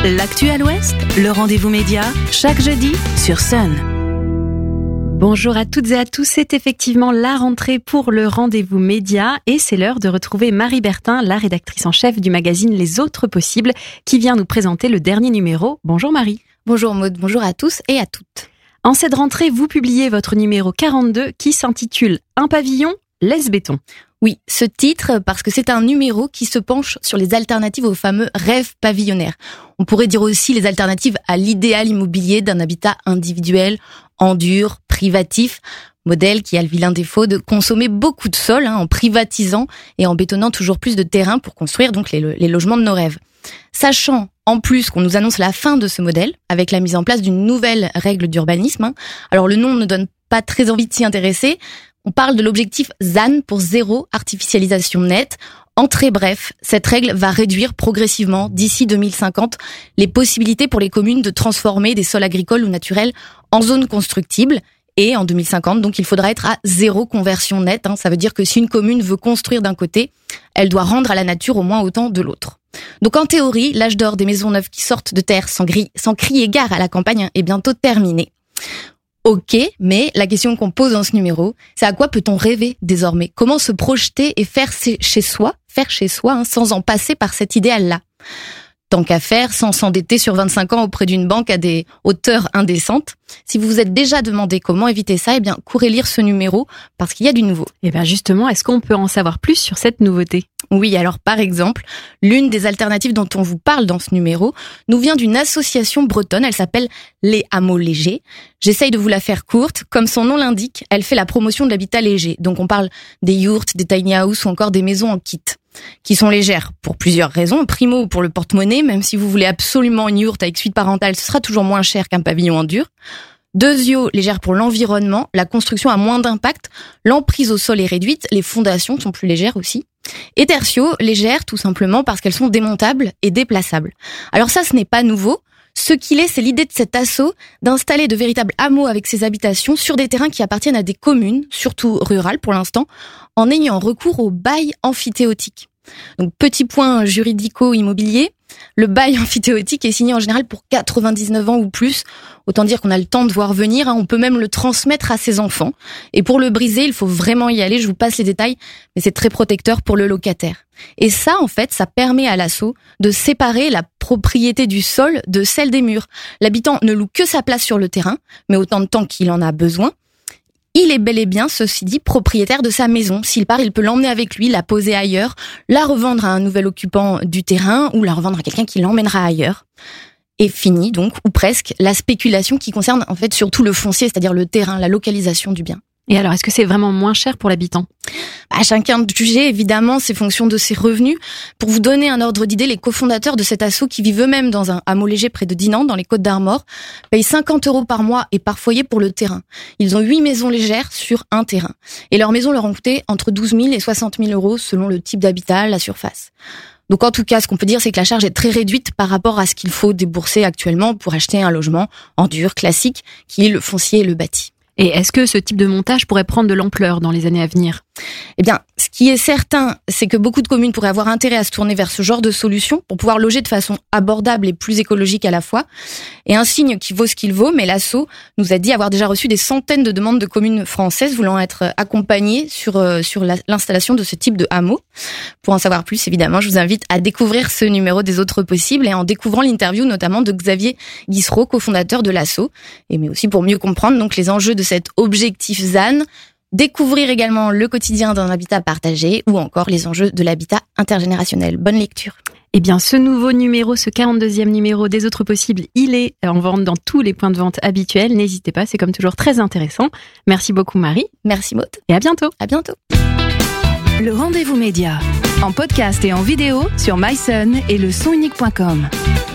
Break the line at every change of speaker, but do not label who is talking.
L'actu à l'Ouest, le rendez-vous média, chaque jeudi sur Sun.
Bonjour à toutes et à tous, c'est effectivement la rentrée pour le rendez-vous média et c'est l'heure de retrouver Marie Bertin, la rédactrice en chef du magazine Les Autres Possibles, qui vient nous présenter le dernier numéro. Bonjour Marie.
Bonjour Maud, bonjour à tous et à toutes.
En cette rentrée, vous publiez votre numéro 42 qui s'intitule « Un pavillon, laisse béton ».
Oui, ce titre parce que c'est un numéro qui se penche sur les alternatives aux fameux rêves pavillonnaires. On pourrait dire aussi les alternatives à l'idéal immobilier d'un habitat individuel, en dur, privatif, modèle qui a le vilain défaut de consommer beaucoup de sol en privatisant et en bétonnant toujours plus de terrain pour construire donc les logements de nos rêves. Sachant en plus qu'on nous annonce la fin de ce modèle avec la mise en place d'une nouvelle règle d'urbanisme. Alors le nom ne donne pas très envie de s'y intéresser. On parle de l'objectif ZAN pour zéro artificialisation nette. En très bref, cette règle va réduire progressivement, d'ici 2050, les possibilités pour les communes de transformer des sols agricoles ou naturels en zones constructibles. Et en 2050, donc, il faudra être à zéro conversion nette. Ça veut dire que si une commune veut construire d'un côté, elle doit rendre à la nature au moins autant de l'autre. Donc en théorie, l'âge d'or des maisons neuves qui sortent de terre sans crier gare à la campagne est bientôt terminé. Ok, mais la question qu'on pose dans ce numéro, c'est à quoi peut-on rêver désormais ? Comment se projeter et faire chez soi sans en passer par cet idéal-là ? Tant qu'à faire, sans s'endetter sur 25 ans auprès d'une banque à des hauteurs indécentes. Si vous vous êtes déjà demandé comment éviter ça, courez lire ce numéro parce qu'il y a du nouveau.
Et justement, est-ce qu'on peut en savoir plus sur cette nouveauté ?
Oui, alors par exemple, l'une des alternatives dont on vous parle dans ce numéro nous vient d'une association bretonne, elle s'appelle Les Hameaux Légers. J'essaye de vous la faire courte, comme son nom l'indique, elle fait la promotion de l'habitat léger. Donc on parle des yurts, des tiny houses ou encore des maisons en kit, qui sont légères pour plusieurs raisons. Primo, pour le porte-monnaie, même si vous voulez absolument une yourte avec suite parentale, ce sera toujours moins cher qu'un pavillon en dur. Deuxio, légère pour l'environnement, la construction a moins d'impact, l'emprise au sol est réduite, les fondations sont plus légères aussi. Et tertio, légère tout simplement parce qu'elles sont démontables et déplaçables. Alors ça, ce n'est pas nouveau. Ce qu'il est, c'est l'idée de cet asso d'installer de véritables hameaux avec ses habitations sur des terrains qui appartiennent à des communes, surtout rurales pour l'instant, en ayant recours au bail emphytéotique. Donc petit point juridico-immobilier, le bail emphytéotique est signé en général pour 99 ans ou plus. Autant dire qu'on a le temps de voir venir, on peut même le transmettre à ses enfants. Et pour le briser, il faut vraiment y aller, je vous passe les détails, mais c'est très protecteur pour le locataire. Et ça, en fait, ça permet à l'asso de séparer la propriété du sol de celle des murs. L'habitant ne loue que sa place sur le terrain, mais autant de temps qu'il en a besoin. Il est bel et bien, ceci dit, propriétaire de sa maison. S'il part, il peut l'emmener avec lui, la poser ailleurs, la revendre à un nouvel occupant du terrain ou la revendre à quelqu'un qui l'emmènera ailleurs. Et fini donc, ou presque, la spéculation qui concerne en fait surtout le foncier, c'est-à-dire le terrain, la localisation du bien.
Et alors, est-ce que c'est vraiment moins cher pour l'habitant ?
À chacun de juger, évidemment, c'est fonction de ses revenus. Pour vous donner un ordre d'idée, les cofondateurs de cet asso, qui vivent eux-mêmes dans un hameau léger près de Dinan, dans les Côtes-d'Armor, payent 50 € par mois et par foyer pour le terrain. Ils ont 8 maisons légères sur un terrain. Et leurs maisons leur ont coûté entre 12 000 et 60 000 € selon le type d'habitat, la surface. Donc en tout cas, ce qu'on peut dire, c'est que la charge est très réduite par rapport à ce qu'il faut débourser actuellement pour acheter un logement en dur, classique, qui est le foncier et le bâti.
Et est-ce que ce type de montage pourrait prendre de l'ampleur dans les années à venir ?
Ce qui est certain, c'est que beaucoup de communes pourraient avoir intérêt à se tourner vers ce genre de solution pour pouvoir loger de façon abordable et plus écologique à la fois. Et un signe qui vaut ce qu'il vaut, mais l'asso nous a dit avoir déjà reçu des centaines de demandes de communes françaises voulant être accompagnées sur l'installation de ce type de hameau. Pour en savoir plus, évidemment, je vous invite à découvrir ce numéro des Autres Possibles et en découvrant l'interview notamment de Xavier Guissereau, cofondateur de l'asso, mais aussi pour mieux comprendre donc les enjeux de cet objectif ZAN. Découvrir également le quotidien d'un habitat partagé ou encore les enjeux de l'habitat intergénérationnel. Bonne lecture.
Ce nouveau numéro, ce 42e numéro des Autres Possibles, il est en vente dans tous les points de vente habituels. N'hésitez pas, c'est comme toujours très intéressant. Merci beaucoup Marie.
Merci Maud.
Et à bientôt.
À bientôt.
Le rendez-vous média, en podcast et en vidéo sur mysun et le sonunique.com.